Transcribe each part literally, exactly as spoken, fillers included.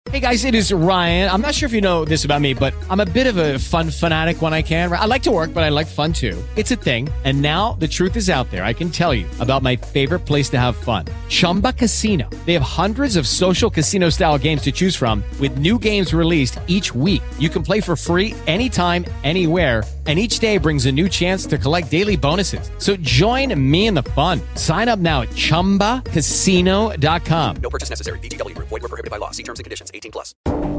Hey guys, it is Ryan. I'm not sure if you know this about me, but I'm a bit of a fun fanatic when I can. I like to work, but I like fun too. It's a thing. And now the truth is out there. I can tell you about my favorite place to have fun. Chumba Casino. They have hundreds of social casino style games to choose from with new games released each week. You can play for free anytime, anywhere. And each day brings a new chance to collect daily bonuses. So join me in the fun. Sign up now at chumba casino dot com. No purchase necessary. V G W. Void where prohibited by law. See terms and conditions. eighteen plus.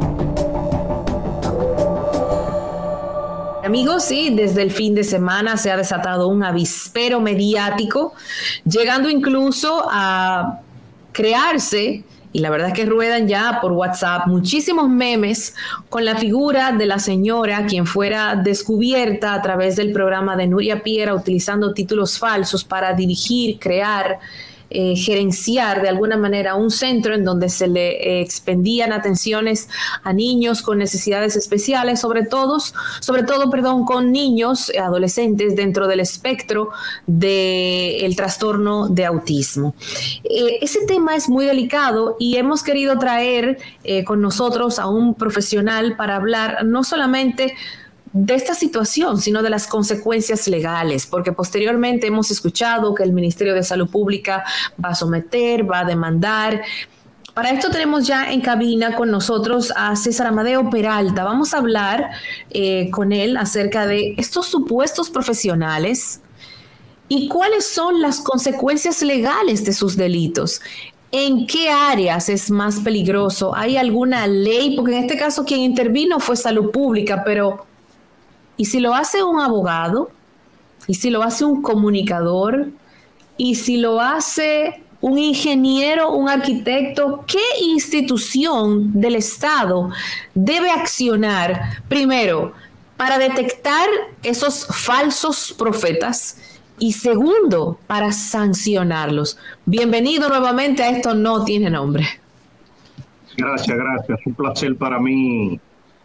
Amigos, sí, desde el fin de semana se ha desatado un avispero mediático, llegando incluso a crearse, y la verdad es que ruedan ya por WhatsApp, muchísimos memes con la figura de la señora quien fuera descubierta a través del programa de Nuria Piera utilizando títulos falsos para dirigir, crear, Eh, gerenciar de alguna manera un centro en donde se le eh, expendían atenciones a niños con necesidades especiales, sobre todo, sobre todo, perdón, con niños, eh, adolescentes dentro del espectro del trastorno de autismo. Eh, ese tema es muy delicado y hemos querido traer eh, con nosotros a un profesional para hablar no solamente de esta situación, sino de las consecuencias legales, porque posteriormente hemos escuchado que el Ministerio de Salud Pública va a someter, va a demandar. Para esto tenemos ya en cabina con nosotros a César Amadeo Peralta. Vamos a hablar eh, con él acerca de estos supuestos profesionales y cuáles son las consecuencias legales de sus delitos. ¿En qué áreas es más peligroso? ¿Hay alguna ley? Porque en este caso quien intervino fue Salud Pública, pero ¿y si lo hace un abogado? ¿Y si lo hace un comunicador? ¿Y si lo hace un ingeniero, un arquitecto? ¿Qué institución del Estado debe accionar primero para detectar esos falsos profetas y segundo para sancionarlos? Bienvenido nuevamente a Esto No Tiene Nombre. Gracias, gracias. Un placer para mí.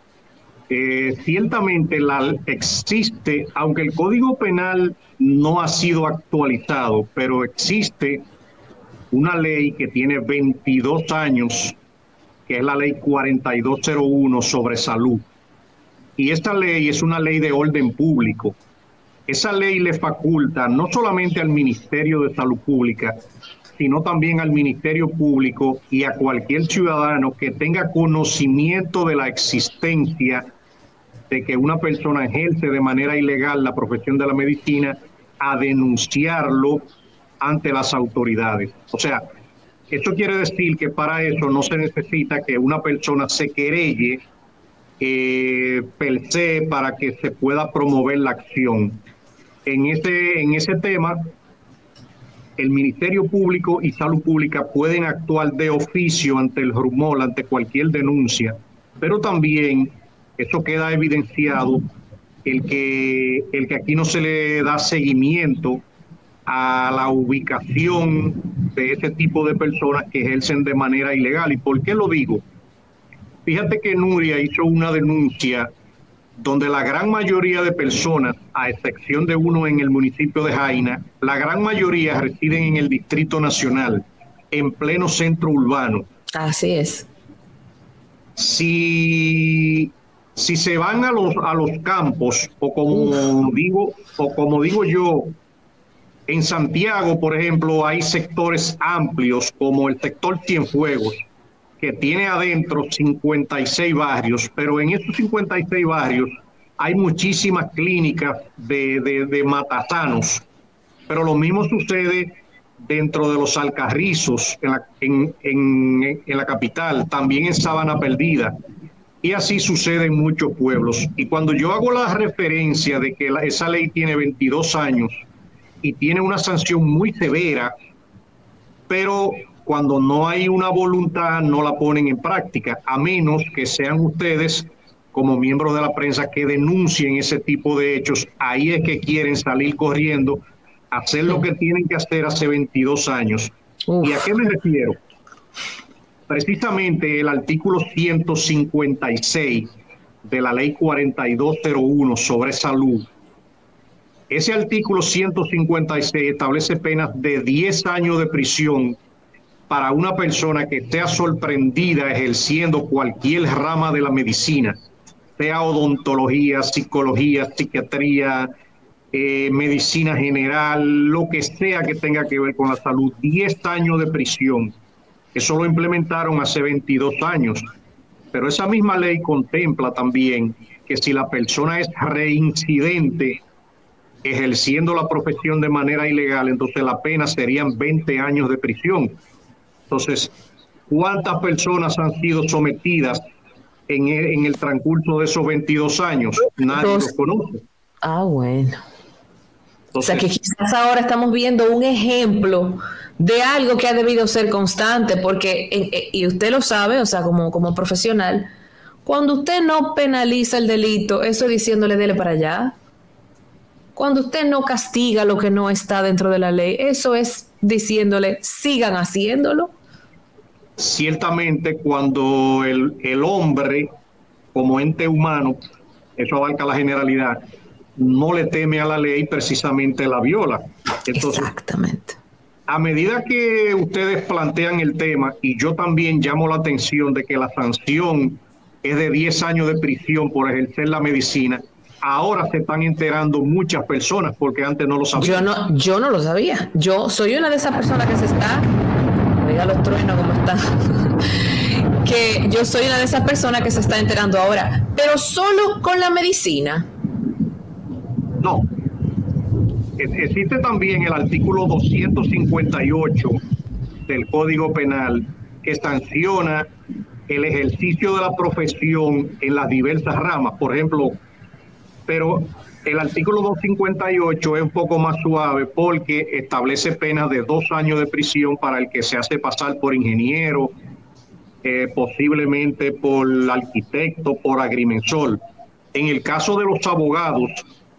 Eh, ciertamente la, existe, aunque el Código Penal no ha sido actualizado, pero existe una ley que tiene veintidós años, que es la ley cuarenta y dos cero uno sobre salud. Y esta ley es una ley de orden público. Esa ley le faculta no solamente al Ministerio de Salud Pública, sino también al Ministerio Público y a cualquier ciudadano que tenga conocimiento de la existencia de que una persona ejerce de manera ilegal la profesión de la medicina, a denunciarlo ante las autoridades. O sea, esto quiere decir que para eso no se necesita que una persona se querelle eh, per se para que se pueda promover la acción. En ese, en ese tema, el Ministerio Público y Salud Pública pueden actuar de oficio ante el rumor, ante cualquier denuncia, pero también eso queda evidenciado el que, el que aquí no se le da seguimiento a la ubicación de ese tipo de personas que ejercen de manera ilegal. ¿Y por qué lo digo? Fíjate que Nuria hizo una denuncia donde la gran mayoría de personas, a excepción de uno en el municipio de Jaina, la gran mayoría residen en el Distrito Nacional, en pleno centro urbano. Así es. Si, si se van a los, a los campos, o como digo, o como digo yo, en Santiago, por ejemplo, hay sectores amplios, como el sector Cienfuegos, que tiene adentro cincuenta y seis barrios, pero en esos cincuenta y seis barrios hay muchísimas clínicas de, de, de matasanos, pero lo mismo sucede dentro de los Alcarrizos, en la, en, en, en la capital, también en Sabana Perdida, y así sucede en muchos pueblos. Y cuando yo hago la referencia de que la, esa ley tiene veintidós años y tiene una sanción muy severa, pero cuando no hay una voluntad no la ponen en práctica, a menos que sean ustedes, como miembros de la prensa, que denuncien ese tipo de hechos. Ahí es que quieren salir corriendo, hacer lo que tienen que hacer hace veintidós años. Uf. ¿Y a qué me refiero? Precisamente el artículo ciento cincuenta y seis de la ley cuarenta y dos cero uno sobre salud. Ese artículo ciento cincuenta y seis establece penas de diez años de prisión para una persona que esté sorprendida ejerciendo cualquier rama de la medicina, sea odontología, psicología, psiquiatría, eh, medicina general, lo que sea que tenga que ver con la salud, diez años de prisión. Eso lo implementaron hace veintidós años, pero esa misma ley contempla también que si la persona es reincidente ejerciendo la profesión de manera ilegal, entonces la pena serían veinte años de prisión. Entonces, ¿cuántas personas han sido sometidas en el, en el transcurso de esos veintidós años? Nadie Dos. los conoce. Ah, bueno. Entonces, O sea que quizás ahora estamos viendo un ejemplo de algo que ha debido ser constante, porque, en, en, y usted lo sabe, o sea, como, como profesional, cuando usted no penaliza el delito, eso es diciéndole dele para allá. Cuando usted no castiga lo que no está dentro de la ley, eso es diciéndole sigan haciéndolo. ciertamente cuando el, el hombre, como ente humano, eso abarca la generalidad, no le teme a la ley, precisamente la viola. Entonces, exactamente. A medida que ustedes plantean el tema, y yo también llamo la atención de que la sanción es de diez años de prisión por ejercer la medicina, ahora se están enterando muchas personas porque antes no lo sabían. Yo no, yo no lo sabía. Yo soy una de esas personas que se está, oiga los truenos como están, que yo soy una de esas personas que se está enterando ahora, pero solo con la medicina. No. Existe también el artículo doscientos cincuenta y ocho del Código Penal que sanciona el ejercicio de la profesión en las diversas ramas, por ejemplo, pero el artículo doscientos cincuenta y ocho es un poco más suave porque establece penas de dos años de prisión para el que se hace pasar por ingeniero, eh, posiblemente por arquitecto, por agrimensor. En el caso de los abogados,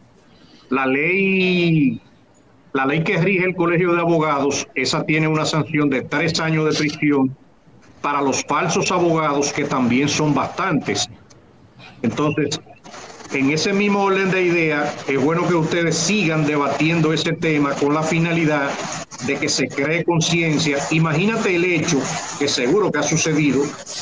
la ley, la ley que rige el Colegio de Abogados, esa tiene una sanción de tres años de prisión para los falsos abogados, que también son bastantes. Entonces, en ese mismo orden de ideas, es bueno que ustedes sigan debatiendo ese tema con la finalidad de que se cree conciencia. Imagínate el hecho, que seguro que ha sucedido,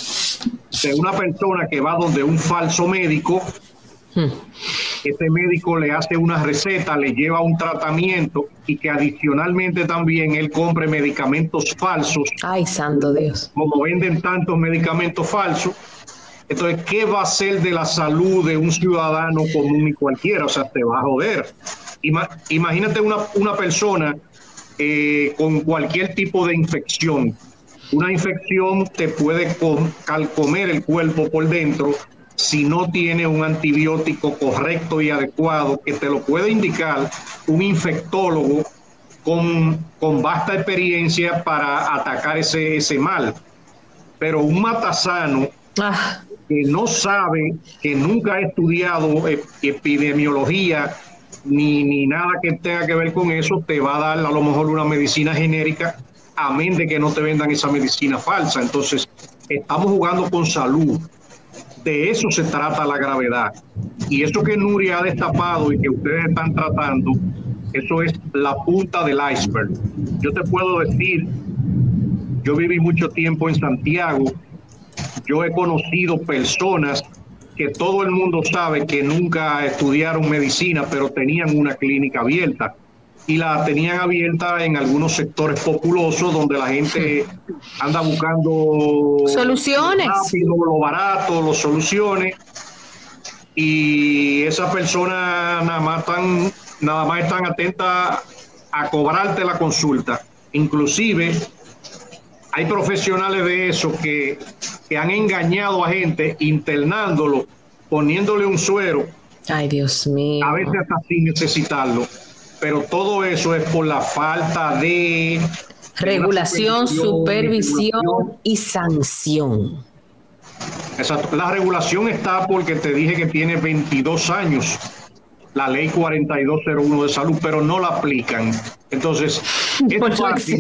de una persona que va donde un falso médico, hmm. ese médico le hace una receta, le lleva un tratamiento y que adicionalmente también él compre medicamentos falsos. Ay, santo Dios. Como venden tantos medicamentos falsos. Entonces, ¿qué va a hacer de la salud de un ciudadano común y cualquiera? O sea, te va a joder. Ima- imagínate una, una persona eh, con cualquier tipo de infección. Una infección te puede com- calcomer el cuerpo por dentro si no tiene un antibiótico correcto y adecuado, que te lo puede indicar un infectólogo con, con vasta experiencia para atacar ese, ese mal. Pero un matasano ah. que no sabe, que nunca ha estudiado epidemiología ni, ni nada que tenga que ver con eso, te va a dar a lo mejor una medicina genérica, amén de que no te vendan esa medicina falsa. Entonces, estamos jugando con salud. De eso se trata la gravedad. Y eso que Nuria ha destapado y que ustedes están tratando, eso es la punta del iceberg. Yo te puedo decir, yo viví mucho tiempo en Santiago, yo he conocido personas que todo el mundo sabe que nunca estudiaron medicina, pero tenían una clínica abierta. Y la tenían abierta en algunos sectores populosos donde la gente anda buscando soluciones, lo rápido, lo barato, las soluciones, y esas personas nada más están, nada más están atentas a cobrarte la consulta. Inclusive hay profesionales de eso que, que han engañado a gente internándolo, poniéndole un suero. Ay, Dios mío. A veces hasta sin necesitarlo. Pero todo eso es por la falta de regulación, supervisión, supervisión y sanción. Exacto. La regulación está porque te dije que tiene veintidós años la ley cuarenta y dos cero uno de salud, pero no la aplican. Entonces, es fácil,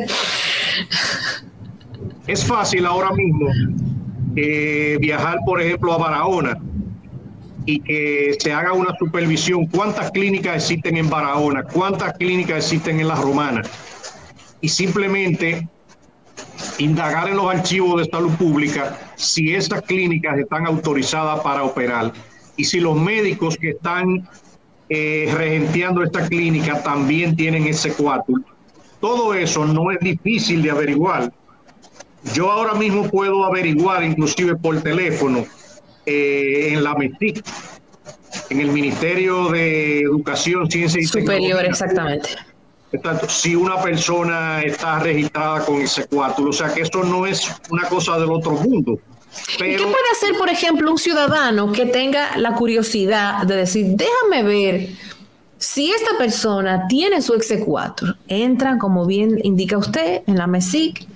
es fácil ahora mismo eh, viajar, por ejemplo, a Barahona y que se haga una supervisión. ¿Cuántas clínicas existen en Barahona? ¿Cuántas clínicas existen en La Romana? Y simplemente indagar en los archivos de salud pública si esas clínicas están autorizadas para operar y si los médicos que están eh, regenteando esta clínica también tienen ese cuatro. Todo eso no es difícil de averiguar. Yo ahora mismo puedo averiguar, inclusive por teléfono, eh, en la MESIC, en el Ministerio de Educación, Ciencia y Superior, Tecnología. exactamente. Exacto, si una persona está registrada con ese cuatro, o sea que esto no es una cosa del otro mundo. Pero... ¿Y qué puede hacer, por ejemplo, un ciudadano que tenga la curiosidad de decir, déjame ver si esta persona tiene su exequatur? Entra, como bien indica usted, en la MESIC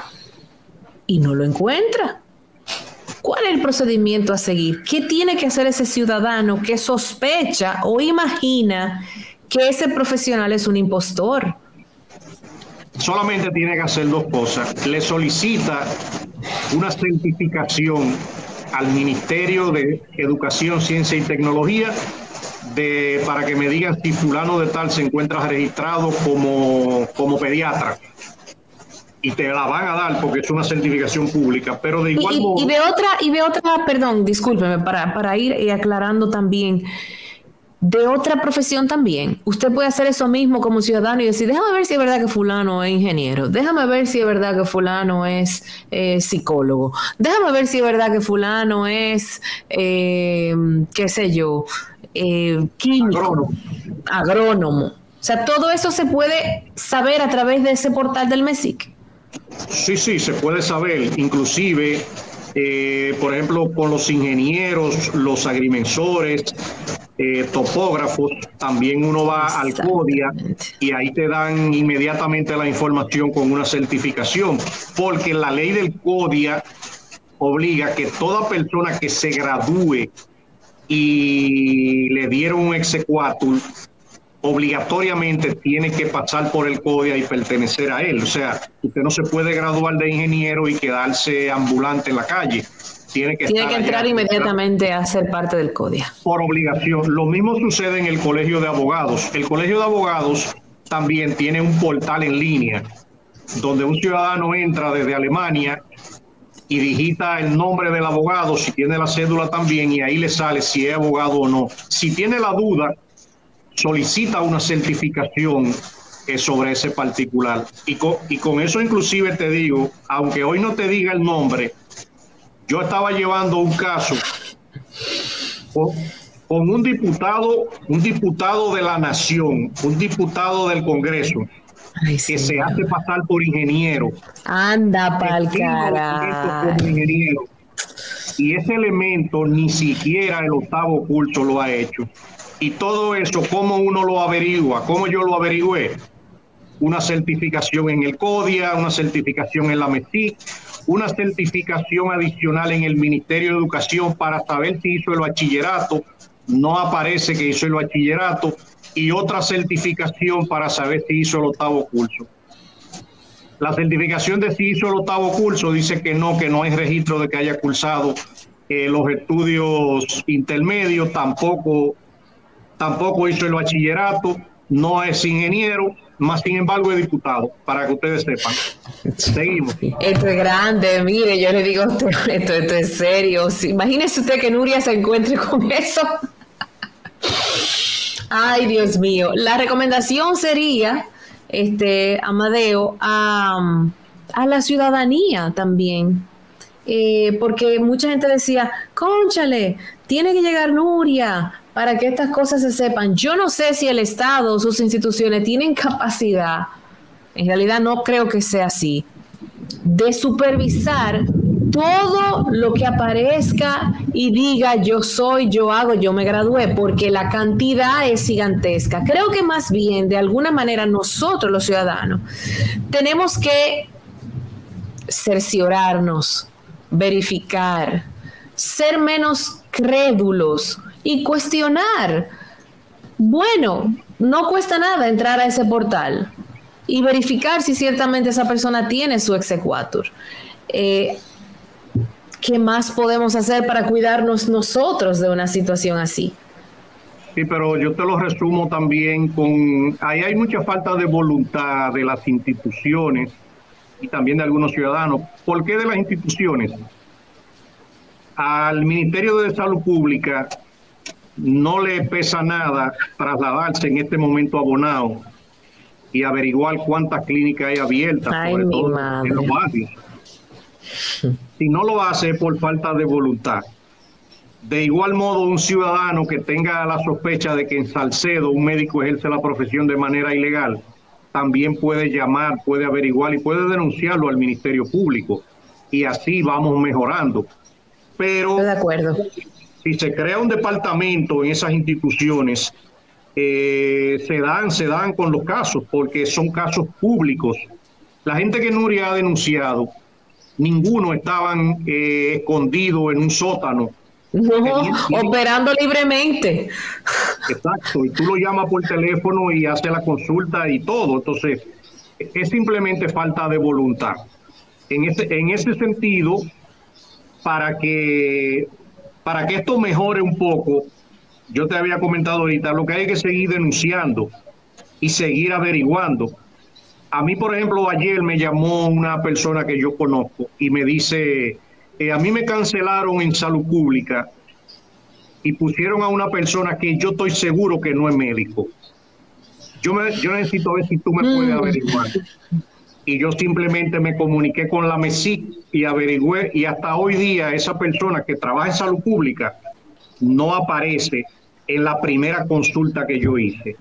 y no lo encuentra. ¿Cuál es el procedimiento a seguir? ¿Qué tiene que hacer ese ciudadano que sospecha o imagina que ese profesional es un impostor? Solamente tiene que hacer dos cosas. Le solicita una certificación al Ministerio de Educación, Ciencia y Tecnología de, para que me digan si fulano de tal se encuentra registrado como, como pediatra. Y te la van a dar porque es una certificación pública, pero de igual y, modo... Y de otra, y de otra, perdón, discúlpeme, para, para ir aclarando también, de otra profesión también, usted puede hacer eso mismo como ciudadano y decir, déjame ver si es verdad que fulano es ingeniero, déjame ver si es verdad que fulano es eh, psicólogo, déjame ver si es verdad que fulano es, eh, qué sé yo, eh, químico, agrónomo. agrónomo. O sea, todo eso se puede saber a través de ese portal del MESIC. Sí, sí, se puede saber, inclusive, eh, por ejemplo, con los ingenieros, los agrimensores, eh, topógrafos, también uno va al CODIA y ahí te dan inmediatamente la información con una certificación, porque la ley del CODIA obliga que toda persona que se gradúe y le dieron un exequatur, obligatoriamente tiene que pasar por el CODIA y pertenecer a él. O sea, usted no se puede graduar de ingeniero y quedarse ambulante en la calle. Tiene que, tiene que entrar inmediatamente a ser parte del CODIA. Por obligación. Lo mismo sucede en el Colegio de Abogados. El Colegio de Abogados también tiene un portal en línea donde un ciudadano entra desde Alemania y digita el nombre del abogado, si tiene la cédula también, y ahí le sale si es abogado o no. Si tiene la duda, solicita una certificación eh, sobre ese particular. Y con, y con eso inclusive te digo, aunque hoy no te diga el nombre, yo estaba llevando un caso con, con un diputado, un diputado de la Nación, un diputado del Congreso, Ay, que sí, se no. hace pasar por ingeniero. Anda pa'l cara. Ingeniero. Y ese elemento ni siquiera el octavo curso lo ha hecho. Y todo eso, ¿cómo uno lo averigua? ¿Cómo yo lo averigüé? Una certificación en el CODIA, una certificación en la MESIC, una certificación adicional en el Ministerio de Educación para saber si hizo el bachillerato. No aparece que hizo el bachillerato. Y otra certificación para saber si hizo el octavo curso. La certificación de si hizo el octavo curso dice que no, que no hay registro de que haya cursado eh, los estudios intermedios, tampoco... Tampoco hizo el bachillerato, no es ingeniero, más sin embargo es diputado, para que ustedes sepan. Seguimos. Esto es grande, mire, yo le digo, esto, esto, esto es serio. Imagínese usted que Nuria se encuentre con eso. Ay, Dios mío. La recomendación sería, este, Amadeo, a, a la ciudadanía también. Eh, porque mucha gente decía, cónchale, tiene que llegar Nuria para que estas cosas se sepan. Yo no sé si el Estado o sus instituciones tienen capacidad, en realidad no creo que sea así, de supervisar todo lo que aparezca y diga yo soy, yo hago, yo me gradué, porque la cantidad es gigantesca. Creo que más bien, de alguna manera, nosotros los ciudadanos tenemos que cerciorarnos, verificar, ser menos crédulos y cuestionar. Bueno, no cuesta nada entrar a ese portal y verificar si ciertamente esa persona tiene su exequatur. Eh, ¿Qué más podemos hacer para cuidarnos nosotros de una situación así? Sí, pero yo te lo resumo también con... Ahí hay mucha falta de voluntad de las instituciones y también de algunos ciudadanos. ¿Por qué de las instituciones? Al Ministerio de Salud Pública no le pesa nada trasladarse en este momento a Bonao y averiguar cuántas clínicas hay abiertas, Ay, sobre mi todo madre. en los barrios. Si no lo hace es por falta de voluntad. De igual modo, un ciudadano que tenga la sospecha de que en Salcedo un médico ejerce la profesión de manera ilegal, también puede llamar, puede averiguar y puede denunciarlo al Ministerio Público. Y así vamos mejorando. Pero Estoy de acuerdo. si se crea un departamento en esas instituciones, eh, se dan, se dan con los casos, porque son casos públicos. La gente que Nuria ha denunciado, ninguno estaban eh, escondidos en un sótano. No, Tenían- operando libremente. Exacto, y tú lo llamas por teléfono y hace la consulta y todo. Entonces, es simplemente falta de voluntad. En ese, en ese sentido, para que, para que esto mejore un poco, yo te había comentado ahorita, lo que hay que seguir denunciando y seguir averiguando. A mí, por ejemplo, ayer me llamó una persona que yo conozco y me dice, eh, a mí me cancelaron en Salud Pública y pusieron a una persona que yo estoy seguro que no es médico. Yo, me, yo necesito ver si tú me puedes Mm. averiguar. Y yo simplemente me comuniqué con la MESIC y averigüé, y hasta hoy día esa persona que trabaja en Salud Pública no aparece en la primera consulta que yo hice.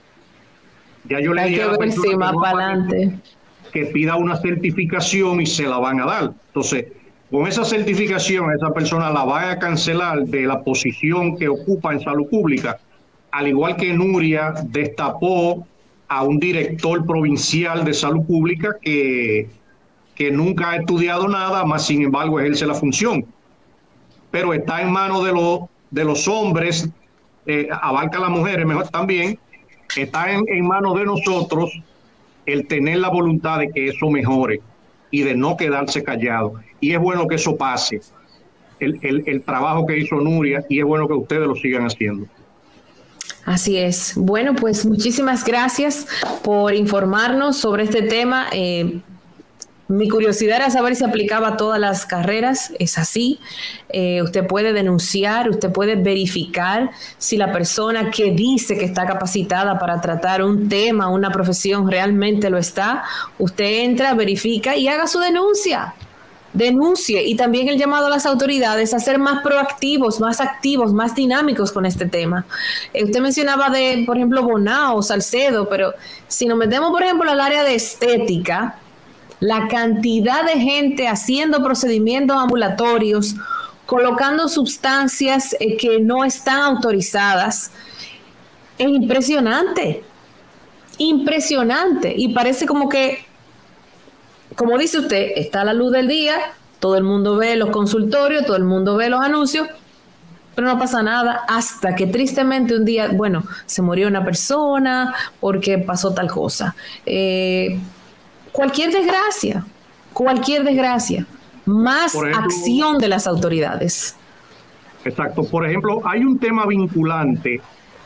Ya yo le Hay dije que a la ver persona si que más no para aparece, adelante. que pida una certificación y se la van a dar. Entonces, con esa certificación, esa persona la va a cancelar de la posición que ocupa en Salud Pública, al igual que Nuria destapó a un director provincial de Salud Pública que, que nunca ha estudiado nada, más sin embargo ejerce la función. Pero está en manos de, los de los hombres, eh, abarca a las mujeres mejor también, está en, en manos de nosotros el tener la voluntad de que eso mejore y de no quedarse callado. Y es bueno que eso pase, el, el, el trabajo que hizo Nuria, y es bueno que ustedes lo sigan haciendo. Así es. Bueno, pues muchísimas gracias por informarnos sobre este tema. Eh, mi curiosidad era saber si aplicaba a todas las carreras. Es así. Eh, usted puede denunciar, usted puede verificar si la persona que dice que está capacitada para tratar un tema, una profesión, realmente lo está. Usted entra, verifica y haga su denuncia. Denuncie, y también el llamado a las autoridades a ser más proactivos, más activos, más dinámicos con este tema. Eh, usted mencionaba de, por ejemplo, Bonao, Salcedo, pero si nos metemos, por ejemplo, al área de estética, la cantidad de gente haciendo procedimientos ambulatorios, colocando sustancias eh, que no están autorizadas, es impresionante, impresionante, y parece como que, como dice usted, está a la luz del día, todo el mundo ve los consultorios, todo el mundo ve los anuncios, pero no pasa nada hasta que tristemente un día, bueno, se murió una persona porque pasó tal cosa. Eh, cualquier desgracia, cualquier desgracia, más Por ejemplo, acción de las autoridades. Exacto. Por ejemplo, hay un tema vinculante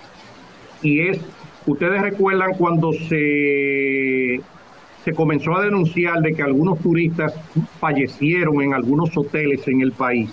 y es, ustedes recuerdan cuando se... se comenzó a denunciar de que algunos turistas fallecieron en algunos hoteles en el país.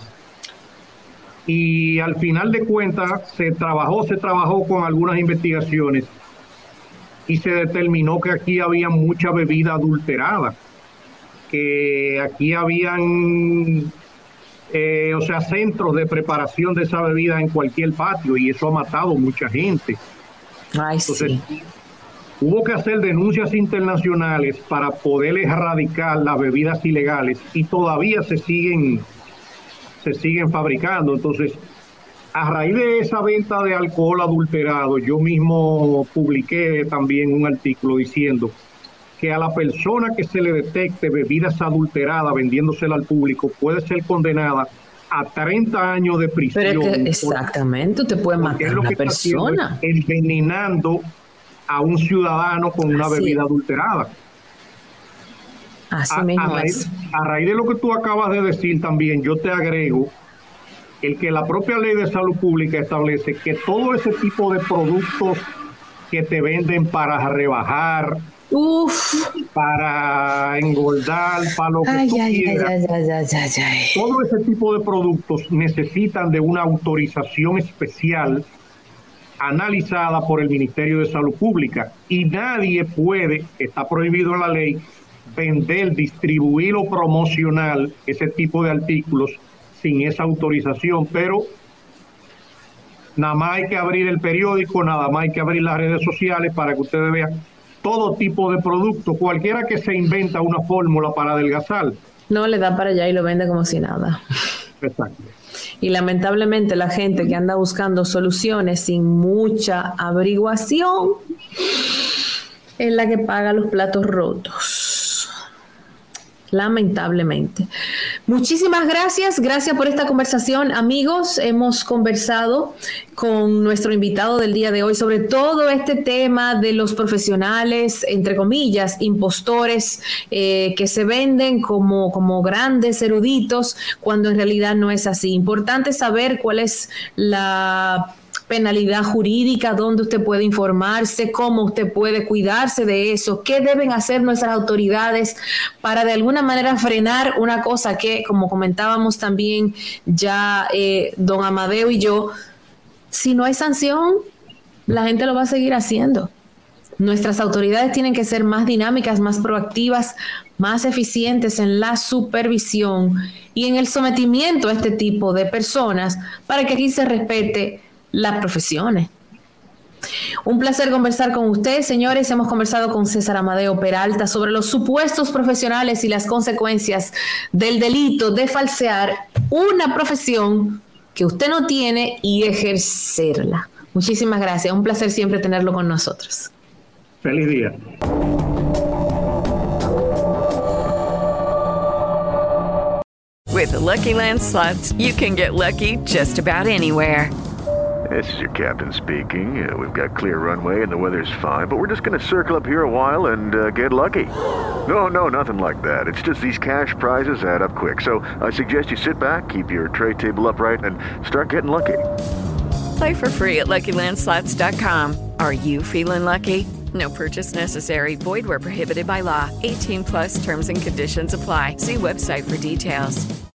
Y al final de cuentas se trabajó, se trabajó con algunas investigaciones y se determinó que aquí había mucha bebida adulterada, que aquí habían, eh, o sea, centros de preparación de esa bebida en cualquier patio, y eso ha matado mucha gente. Ay, Entonces, sí. hubo que hacer denuncias internacionales para poder erradicar las bebidas ilegales, y todavía se siguen, se siguen fabricando. Entonces, a raíz de esa venta de alcohol adulterado, yo mismo publiqué también un artículo diciendo que a la persona que se le detecte bebidas adulteradas vendiéndosela al público puede ser condenada a treinta años de prisión. Pero es que por- exactamente, usted puede porque es matar a lo una que está haciendo persona. es envenenando a un ciudadano con una Así bebida es. adulterada. Así A, a mismo raíz, es. a raíz de lo que tú acabas de decir también, yo te agrego el que la propia ley de salud pública establece que todo ese tipo de productos que te venden para rebajar Uf. para engordar, para lo que Ay, tú ay, quieras. ay, ay, ay, ay, ay. Todo ese tipo de productos necesitan de una autorización especial analizada por el Ministerio de Salud Pública y nadie puede, está prohibido en la ley, vender, distribuir o promocionar ese tipo de artículos sin esa autorización, pero nada más hay que abrir el periódico, nada más hay que abrir las redes sociales para que ustedes vean todo tipo de productos, cualquiera que se inventa una fórmula para adelgazar. No, le da para allá y lo vende como si nada. Exacto. Y lamentablemente la gente que anda buscando soluciones sin mucha averiguación es la que paga los platos rotos. Lamentablemente. Muchísimas gracias. Gracias por esta conversación, amigos. Hemos conversado con nuestro invitado del día de hoy sobre todo este tema de los profesionales, entre comillas, impostores, eh, que se venden como, como grandes eruditos, cuando en realidad no es así. Importante saber cuál es la penalidad jurídica, dónde usted puede informarse, cómo usted puede cuidarse de eso, qué deben hacer nuestras autoridades para de alguna manera frenar una cosa que, como comentábamos también ya eh, don Amadeo y yo, si no hay sanción, la gente lo va a seguir haciendo. Nuestras autoridades tienen que ser más dinámicas, más proactivas, más eficientes en la supervisión y en el sometimiento a este tipo de personas para que aquí se respete las profesiones. Un placer conversar con ustedes, señores. Hemos conversado con César Amadeo Peralta sobre los supuestos profesionales y las consecuencias del delito de falsear una profesión que usted no tiene y ejercerla. Muchísimas gracias. Un placer siempre tenerlo con nosotros. Feliz día. With the Lucky Land Slots, you can get lucky just about anywhere. This is your captain speaking. Uh, we've got clear runway and the weather's fine, but we're just going to circle up here a while and uh, get lucky. No, no, nothing like that. It's just these cash prizes add up quick. So I suggest you sit back, keep your tray table upright, and start getting lucky. Play for free at Lucky Land Slots dot com. Are you feeling lucky? No purchase necessary. Void where prohibited by law. eighteen plus terms and conditions apply. See website for details.